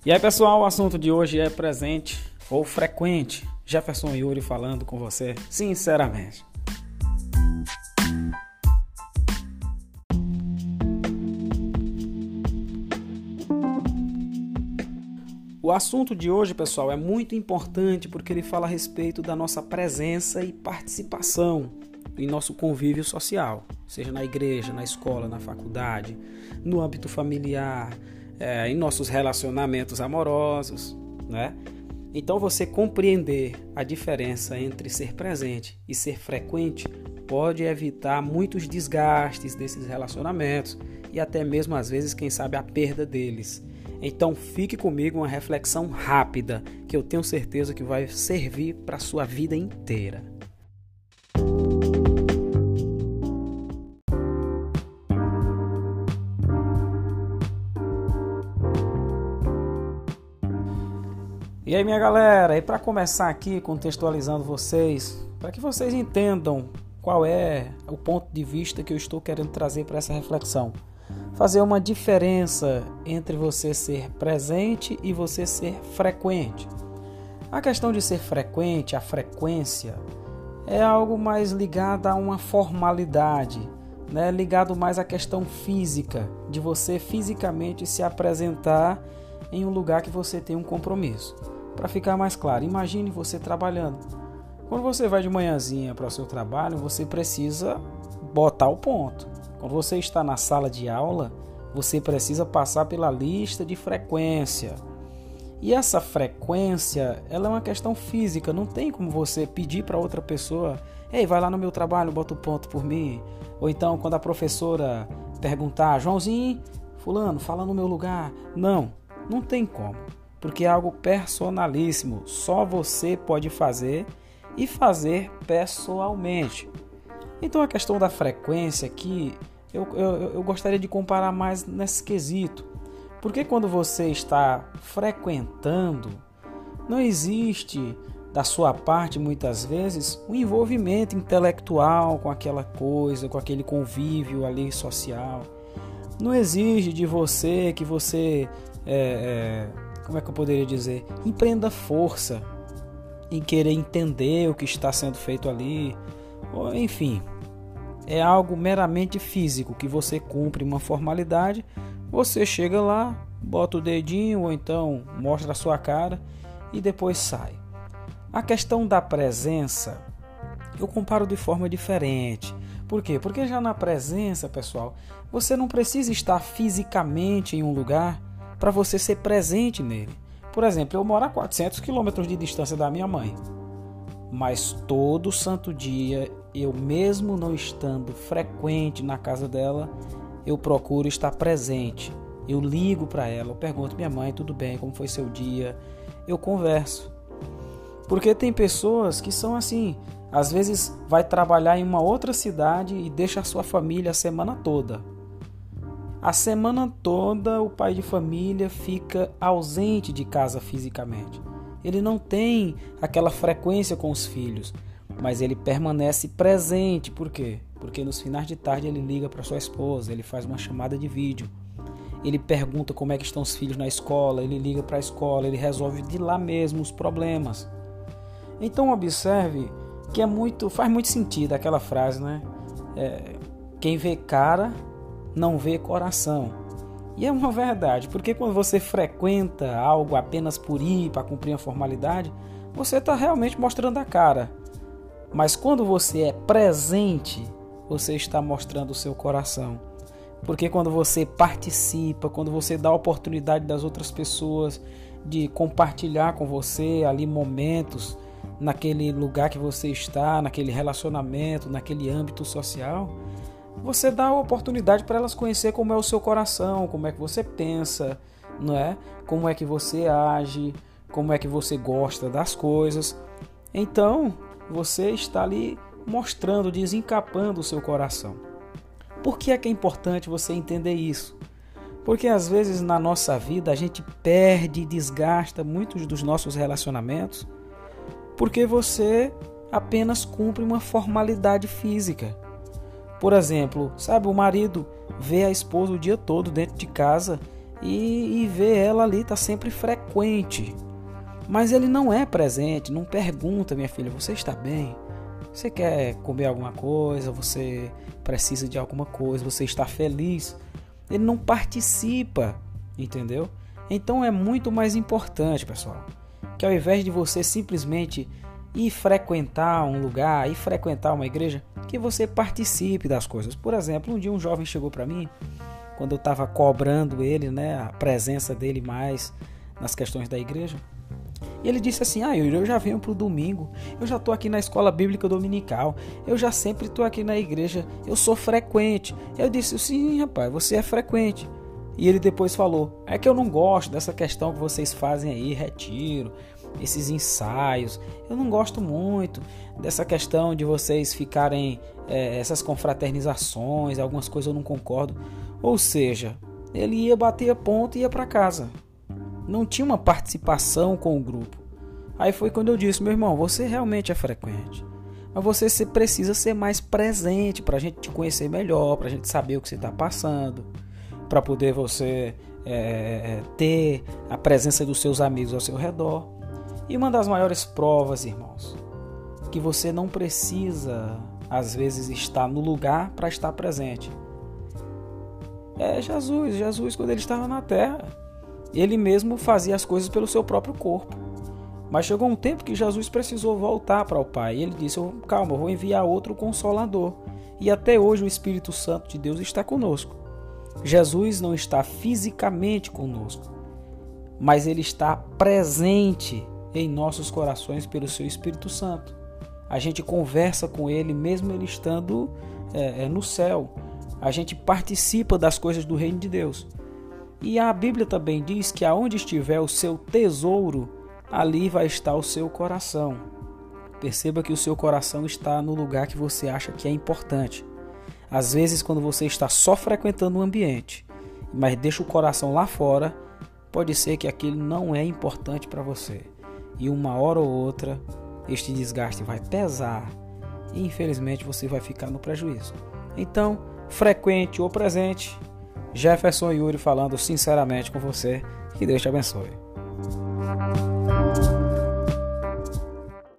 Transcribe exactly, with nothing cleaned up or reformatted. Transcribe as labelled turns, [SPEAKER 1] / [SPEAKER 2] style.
[SPEAKER 1] E aí, pessoal, o assunto de hoje é presente ou frequente. Jefferson Yuri falando com você, sinceramente. O assunto de hoje, pessoal, é muito importante porque ele fala a respeito da nossa presença e participação em nosso convívio social, seja na igreja, na escola, na faculdade, no âmbito familiar, é, em nossos relacionamentos amorosos, né? Então, você compreender a diferença entre ser presente e ser frequente pode evitar muitos desgastes desses relacionamentos e até mesmo, às vezes, quem sabe, a perda deles. Então, fique comigo uma reflexão rápida que eu tenho certeza que vai servir para a sua vida inteira. E aí, minha galera, e para começar aqui contextualizando vocês, para que vocês entendam qual é o ponto de vista que eu estou querendo trazer para essa reflexão. Fazer uma diferença entre você ser presente e você ser frequente. A questão de ser frequente, a frequência, é algo mais ligado a uma formalidade, né? Ligado mais à questão física, de você fisicamente se apresentar em um lugar que você tem um compromisso. Para ficar mais claro, imagine você trabalhando. Quando você vai de manhãzinha para o seu trabalho, você precisa botar o ponto. Quando você está na sala de aula, você precisa passar pela lista de frequência. E essa frequência, ela é uma questão física. Não tem como você pedir para outra pessoa: ei, vai lá no meu trabalho, bota o ponto por mim. Ou então, quando a professora perguntar: Joãozinho, fulano, fala no meu lugar. Não, não tem como. Porque é algo personalíssimo. Só você pode fazer e fazer pessoalmente. Então, a questão da frequência aqui, eu, eu, eu gostaria de comparar mais nesse quesito. Porque quando você está frequentando, não existe da sua parte, muitas vezes, um envolvimento intelectual com aquela coisa, com aquele convívio ali social. Não exige de você que você, é, é, como é que eu poderia dizer, empreenda força em querer entender o que está sendo feito ali, ou, enfim. É algo meramente físico, que você cumpre uma formalidade, você chega lá, bota o dedinho ou então mostra a sua cara e depois sai. A questão da presença, eu comparo de forma diferente. Por quê? Porque já na presença, pessoal, você não precisa estar fisicamente em um lugar para você ser presente nele. Por exemplo, eu moro a quatrocentos quilômetros de distância da minha mãe. Mas todo santo dia, eu mesmo não estando frequente na casa dela, eu procuro estar presente. Eu ligo para ela, eu pergunto: minha mãe, tudo bem? Como foi seu dia? Eu converso. Porque tem pessoas que são assim, às vezes vai trabalhar em uma outra cidade e deixa a sua família a semana toda. A semana toda o pai de família fica ausente de casa fisicamente. Ele não tem aquela frequência com os filhos, mas ele permanece presente. Por quê? Porque nos finais de tarde ele liga para sua esposa, ele faz uma chamada de vídeo, ele pergunta como é que estão os filhos na escola, ele liga para a escola, ele resolve de lá mesmo os problemas. Então observe que é muito, faz muito sentido aquela frase, né? É, quem vê cara não vê coração. E é uma verdade, porque quando você frequenta algo apenas por ir, para cumprir a formalidade, você está realmente mostrando a cara. Mas quando você é presente, você está mostrando o seu coração. Porque quando você participa, quando você dá a oportunidade das outras pessoas de compartilhar com você ali momentos, naquele lugar que você está, naquele relacionamento, naquele âmbito social, você dá a oportunidade para elas conhecer como é o seu coração, como é que você pensa, não é? Como é que você age, como é que você gosta das coisas. Então, você está ali mostrando, desencapando o seu coração. Por que é que é importante você entender isso? Porque às vezes na nossa vida a gente perde e desgasta muitos dos nossos relacionamentos porque você apenas cumpre uma formalidade física. Por exemplo, sabe, o marido vê a esposa o dia todo dentro de casa e, e vê ela ali, tá sempre frequente. Mas ele não é presente, não pergunta, minha filha, você está bem? Você quer comer alguma coisa? Você precisa de alguma coisa? Você está feliz? Ele não participa, entendeu? Então é muito mais importante, pessoal, que ao invés de você simplesmente ir frequentar um lugar, ir frequentar uma igreja, que você participe das coisas. Por exemplo, um dia um jovem chegou para mim, quando eu estava cobrando ele, né, a presença dele mais nas questões da igreja. E ele disse assim, ah, eu já venho pro domingo, eu já estou aqui na escola bíblica dominical, eu já sempre estou aqui na igreja, eu sou frequente. Eu disse, sim, rapaz, você é frequente. E ele depois falou, é que eu não gosto dessa questão que vocês fazem aí, retiro, esses ensaios, eu não gosto muito dessa questão de vocês ficarem, é, essas confraternizações, algumas coisas eu não concordo. Ou seja, ele ia bater ponto e ia para casa. Não tinha uma participação com o grupo. Aí foi quando eu disse, meu irmão, você realmente é frequente, mas você precisa ser mais presente para a gente te conhecer melhor, para a gente saber o que você está passando, para poder você é, ter a presença dos seus amigos ao seu redor. E uma das maiores provas, irmãos, que você não precisa, às vezes, estar no lugar para estar presente, é Jesus. Jesus, quando ele estava na terra, ele mesmo fazia as coisas pelo seu próprio corpo. Mas chegou um tempo que Jesus precisou voltar para o Pai. E ele disse, calma, eu vou enviar outro Consolador. E até hoje o Espírito Santo de Deus está conosco. Jesus não está fisicamente conosco, mas ele está presente em nossos corações pelo seu Espírito Santo. A gente conversa com ele mesmo ele estando é, no céu. A gente participa das coisas do reino de Deus. E a Bíblia também diz que aonde estiver o seu tesouro, ali vai estar o seu coração. Perceba que o seu coração está no lugar que você acha que é importante. Às vezes, quando você está só frequentando o ambiente, mas deixa o coração lá fora, pode ser que aquilo não é importante para você. E uma hora ou outra, este desgaste vai pesar e infelizmente você vai ficar no prejuízo. Então, frequente ou presente, Jefferson Yuri falando sinceramente com você. Que Deus te abençoe.